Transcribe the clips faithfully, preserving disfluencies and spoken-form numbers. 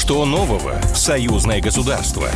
Что нового в союзное государство?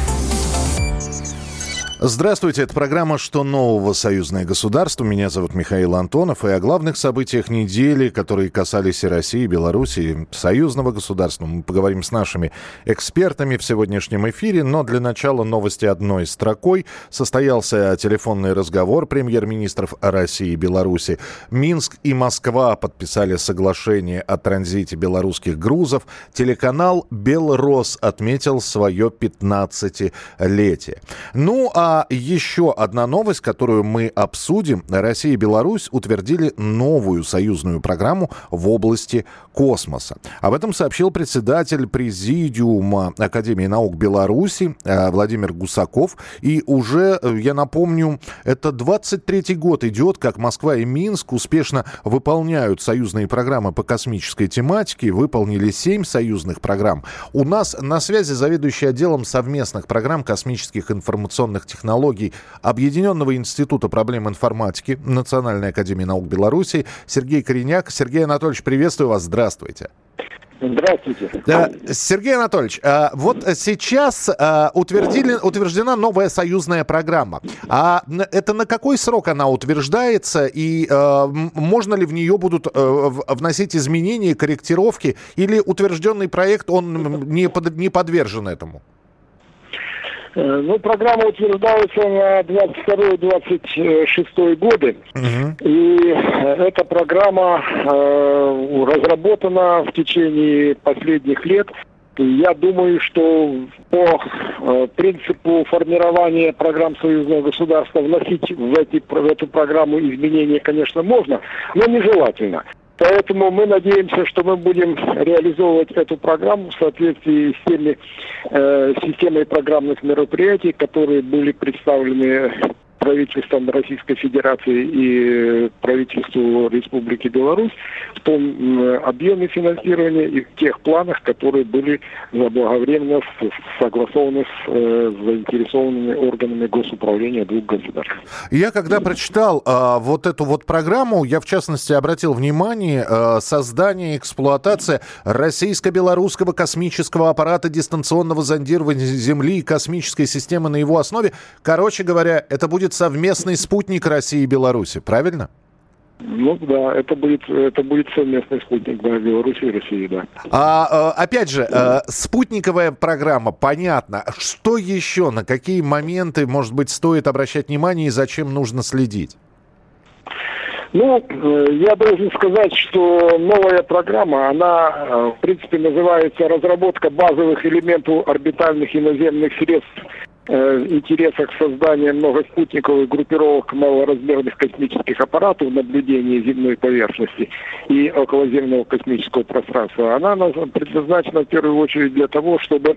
Здравствуйте, это программа «Что нового? Союзное государство». Меня зовут Михаил Антонов. И о главных событиях недели, которые касались и России, и Беларуси, и союзного государства, мы поговорим с нашими экспертами в сегодняшнем эфире. Но для начала новости одной строкой. Состоялся телефонный разговор премьер-министров России и Беларуси. Минск и Москва подписали соглашение о транзите белорусских грузов. Телеканал «Белрос» отметил свое пятнадцатилетие. Ну, а А еще одна новость, которую мы обсудим. Россия и Беларусь утвердили новую союзную программу в области космоса. Об этом сообщил председатель Президиума Академии наук Беларуси Владимир Гусаков. И уже, я напомню, это двадцать третий год идет, как Москва и Минск успешно выполняют союзные программы по космической тематике. Выполнили семь союзных программ. У нас на связи заведующий отделом совместных программ космических информационных технологий технологий Объединенного института проблем информатики Национальной академии наук Беларуси Сергей Кореняк. Сергей Анатольевич, приветствую вас. Здравствуйте. Здравствуйте. Сергей Анатольевич, вот сейчас утвердили, утверждена новая союзная программа. А это на какой срок она утверждается? И можно ли в нее будут вносить изменения, корректировки? Или утвержденный проект, он не, под, не подвержен этому? Ну, программа утверждается на двадцать второй - двадцать шестой годы. Uh-huh. И эта программа э, разработана в течение последних лет. Я думаю, что по э, принципу формирования программ союзного государства вносить в, эти, в эту программу изменения, конечно, можно, но нежелательно. Поэтому мы надеемся, что мы будем реализовывать эту программу в соответствии с теми э, системой программных мероприятий, которые были представлены правительством Российской Федерации и правительству Республики Беларусь в том объеме финансирования и в тех планах, которые были заблаговременно согласованы с э, заинтересованными органами госуправления двух государств. Я когда прочитал э, вот эту вот программу, я в частности обратил внимание э, создание и эксплуатация российско-белорусского космического аппарата дистанционного зондирования Земли и космической системы на его основе. Короче говоря, это будет совместный спутник России и Беларуси, правильно? Ну да, это будет, это будет совместный спутник, да, Беларуси и России, да. А, опять же, спутниковая программа, понятно. Что еще, на какие моменты, может быть, стоит обращать внимание и зачем нужно следить? Ну, я должен сказать, что новая программа, она, в принципе, называется «Разработка базовых элементов орбитальных и наземных средств в интересах создания многоспутниковых группировок малоразмерных космических аппаратов наблюдения земной поверхности и околоземного космического пространства». Она предназначена в первую очередь для того, чтобы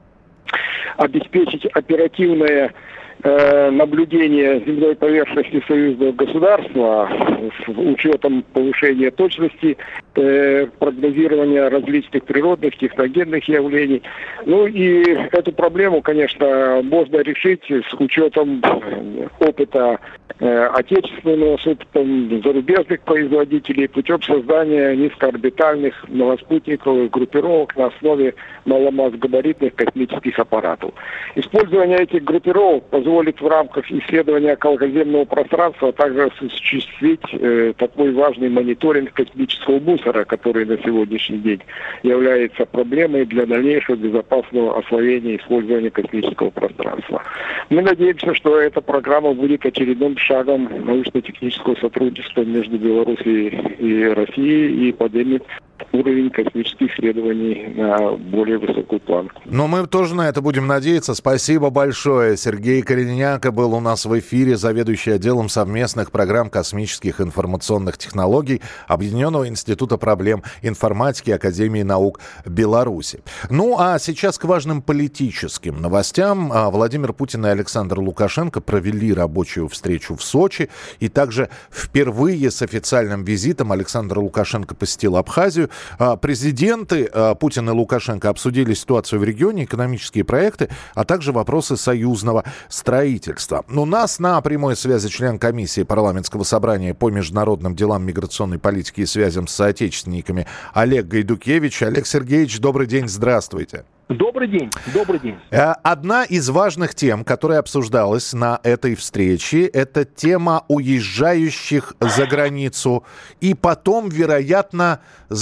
обеспечить оперативное э, наблюдение земной поверхности союзного государства с учетом повышения точности, э, прогнозирования различных природных, техногенных явлений. Ну и эту проблему, конечно, можно решить с учетом опыта э, отечественного, с опытом зарубежных производителей путем создания низкоорбитальных многоспутниковых группировок на основе маломассгабаритных космических аппаратов. Использование этих группировок позволит в рамках исследования околоземного пространства, а также осуществить э, такой важный мониторинг космического мусора, который на сегодняшний день является проблемой для дальнейшего безопасного освоения и использования космического пространства. Мы надеемся, что эта программа будет очередным шагом научно-технического сотрудничества между Беларусью и Россией и поднимет уровень космических исследований на более высокую планку. Но мы тоже на это будем надеяться. Спасибо большое. Сергей Кореняк был у нас в эфире, заведующий отделом совместных программ космических информационных технологий Объединенного института проблем информатики Академии наук Беларуси. Ну а сейчас к важным политическим новостям. Владимир Путин и Александр Лукашенко провели рабочую встречу в Сочи. И также впервые с официальным визитом Александр Лукашенко посетил Абхазию. Президенты Путин и Лукашенко обсудили ситуацию в регионе, экономические проекты, а также вопросы союзного строительства. У нас на прямой связи член комиссии парламентского собрания по международным делам, миграционной политике и связям с соотечественниками Олег Гайдукевич. Олег Сергеевич, добрый день, здравствуйте. Добрый день, добрый день. Одна из важных тем, которая обсуждалась на этой встрече, это тема уезжающих за границу и потом, вероятно,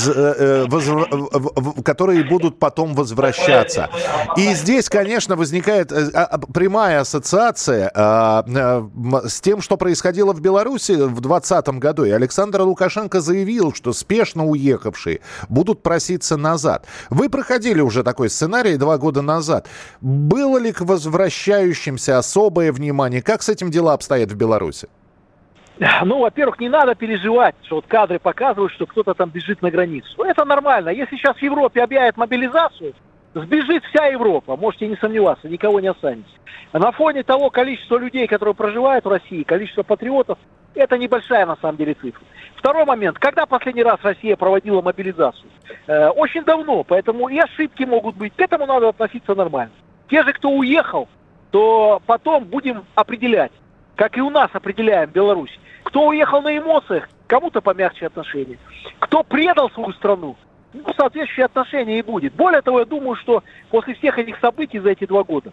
которые будут потом возвращаться. И здесь, конечно, возникает прямая ассоциация с тем, что происходило в Беларуси в двадцатом году. И Александр Лукашенко заявил, что спешно уехавшие будут проситься назад. Вы проходили уже такой сценарий два года назад. Было ли к возвращающимся особое внимание? Как с этим дела обстоят в Беларуси? Ну, во-первых, не надо переживать, что вот кадры показывают, что кто-то там бежит на границу. Это нормально. Если сейчас в Европе объявят мобилизацию, сбежит вся Европа. Можете не сомневаться, никого не останется. На фоне того количества людей, которые проживают в России, количество патриотов, это небольшая на самом деле цифра. Второй момент. Когда последний раз Россия проводила мобилизацию? Э, очень давно, поэтому и ошибки могут быть. К этому надо относиться нормально. Те же, кто уехал, то потом будем определять, как и у нас определяем в Беларуси. Кто уехал на эмоциях, кому-то помягче отношения. Кто предал свою страну, ну, соответствующее отношение и будет. Более того, я думаю, что после всех этих событий за эти два года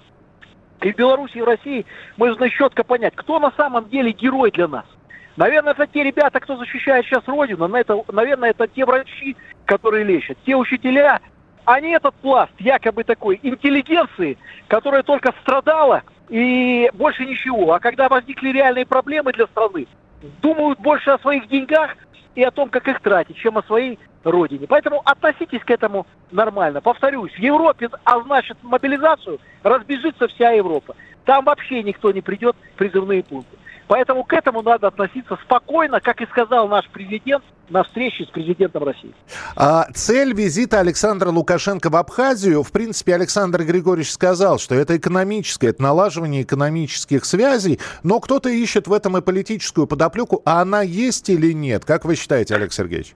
и в Беларуси, и в России мы должны четко понять, кто на самом деле герой для нас. Наверное, это те ребята, кто защищает сейчас Родину. Наверное, это те врачи, которые лечат. Те учителя, а не этот пласт якобы такой интеллигенции, которая только страдала и больше ничего. А когда возникли реальные проблемы для страны, думают больше о своих деньгах и о том, как их тратить, чем о своей родине. Поэтому относитесь к этому нормально. Повторюсь, в Европе, а значит мобилизацию, разбежится вся Европа. Там вообще никто не придет в призывные пункты. Поэтому к этому надо относиться спокойно, как и сказал наш президент на встрече с президентом России. А цель визита Александра Лукашенко в Абхазию, в принципе, Александр Григорьевич сказал, что это экономическое, это налаживание экономических связей, но кто-то ищет в этом и политическую подоплеку, а она есть или нет? Как вы считаете, Олег Сергеевич?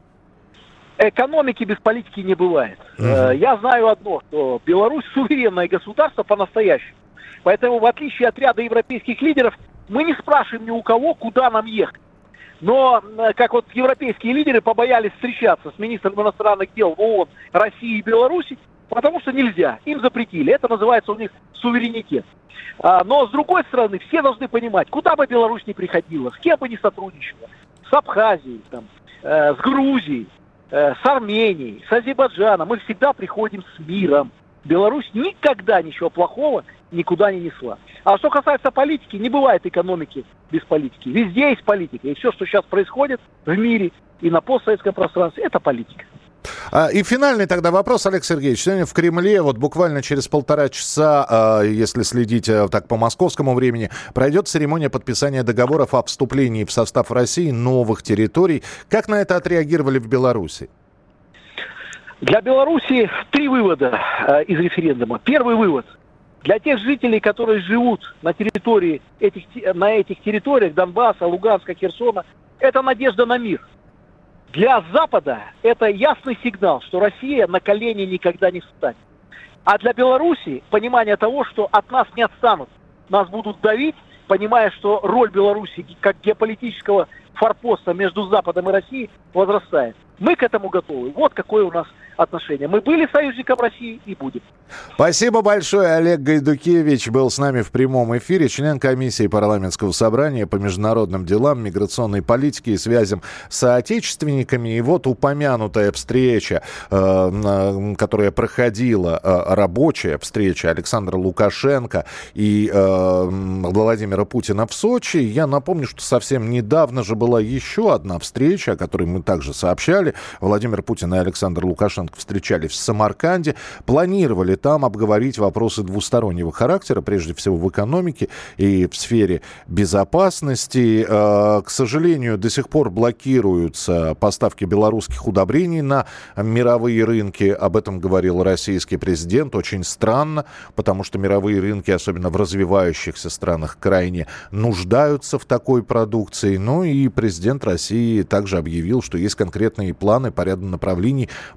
Экономики без политики не бывает. Uh-huh. Я знаю одно, что Беларусь суверенное государство по-настоящему. Поэтому, в отличие от ряда европейских лидеров, мы не спрашиваем ни у кого, куда нам ехать. Но, как вот европейские лидеры побоялись встречаться с министром иностранных дел в ООН России и Беларуси, потому что нельзя, им запретили. Это называется у них суверенитет. Но, с другой стороны, все должны понимать, куда бы Беларусь ни приходила, с кем бы ни сотрудничала, с Абхазией, там, с Грузией, с Арменией, с Азербайджаном, мы всегда приходим с миром. Беларусь никогда ничего плохого никуда не несла. А что касается политики, не бывает экономики без политики. Везде есть политика. И все, что сейчас происходит в мире и на постсоветском пространстве, это политика. И финальный тогда вопрос, Олег Сергеевич. Сегодня в Кремле, вот буквально через полтора часа, если следить так по московскому времени, пройдет церемония подписания договоров о вступлении в состав России новых территорий. Как на это отреагировали в Беларуси? Для Беларуси три вывода э, из референдума. Первый вывод. Для тех жителей, которые живут на территории этих, на этих территориях Донбасса, Луганска, Херсона, это надежда на мир. Для Запада это ясный сигнал, что Россия на колени никогда не встанет. А для Беларуси понимание того, что от нас не отстанут, нас будут давить, понимая, что роль Беларуси как геополитического форпоста между Западом и Россией возрастает. Мы к этому готовы. Вот какое у нас отношение. Мы были союзником России и будем. Спасибо большое. Олег Гайдукевич был с нами в прямом эфире, член комиссии парламентского собрания по международным делам, миграционной политике и связям с соотечественниками. И вот упомянутая встреча, э, которая проходила, э, рабочая встреча Александра Лукашенко и э, Владимира Путина в Сочи. Я напомню, что совсем недавно же была еще одна встреча, о которой мы также сообщали. Владимир Путин и Александр Лукашенко встречались в Самарканде, планировали там обговорить вопросы двустороннего характера, прежде всего в экономике и в сфере безопасности. К сожалению, до сих пор блокируются поставки белорусских удобрений на мировые рынки. Об этом говорил российский президент. Очень странно, потому что мировые рынки, особенно в развивающихся странах, крайне нуждаются в такой продукции. Ну и президент России также объявил, что есть конкретные планы по ряду направлений по крупным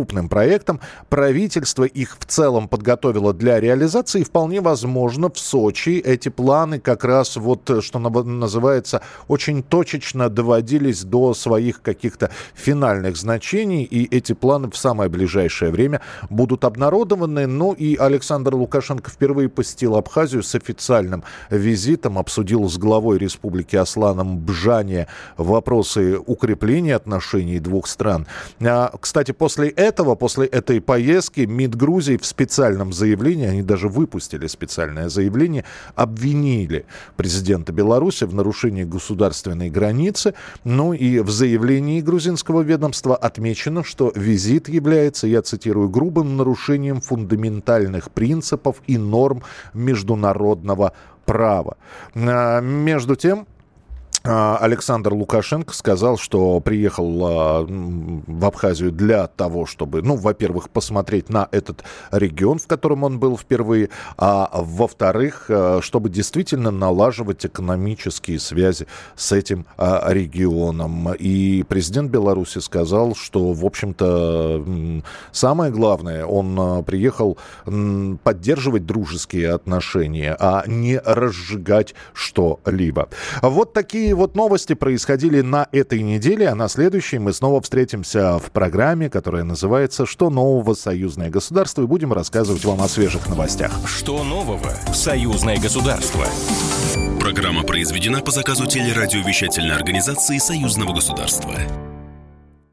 крупным проектам. Правительство их в целом подготовило для реализации. И вполне возможно, в Сочи эти планы как раз, вот, что называется, очень точечно доводились до своих каких-то финальных значений. И эти планы в самое ближайшее время будут обнародованы. Ну и Александр Лукашенко впервые посетил Абхазию с официальным визитом, обсудил с главой республики Асланом Бжане вопросы укрепления отношений двух стран. А, кстати, после этого, после этой поездки МИД Грузии в специальном заявлении, они даже выпустили специальное заявление, обвинили президента Беларуси в нарушении государственной границы. Ну и в заявлении грузинского ведомства отмечено, что визит является, я цитирую, грубым нарушением фундаментальных принципов и норм международного права. А, между тем, Александр Лукашенко сказал, что приехал в Абхазию для того, чтобы, ну, во-первых, посмотреть на этот регион, в котором он был впервые, а во-вторых, чтобы действительно налаживать экономические связи с этим регионом. И президент Беларуси сказал, что, в общем-то, самое главное, он приехал поддерживать дружеские отношения, а не разжигать что-либо. Вот такие вот новости происходили на этой неделе, а на следующей мы снова встретимся в программе, которая называется «Что нового? Союзное государство», и будем рассказывать вам о свежих новостях. Что нового? Союзное государство. Программа произведена по заказу телерадиовещательной организации Союзного государства.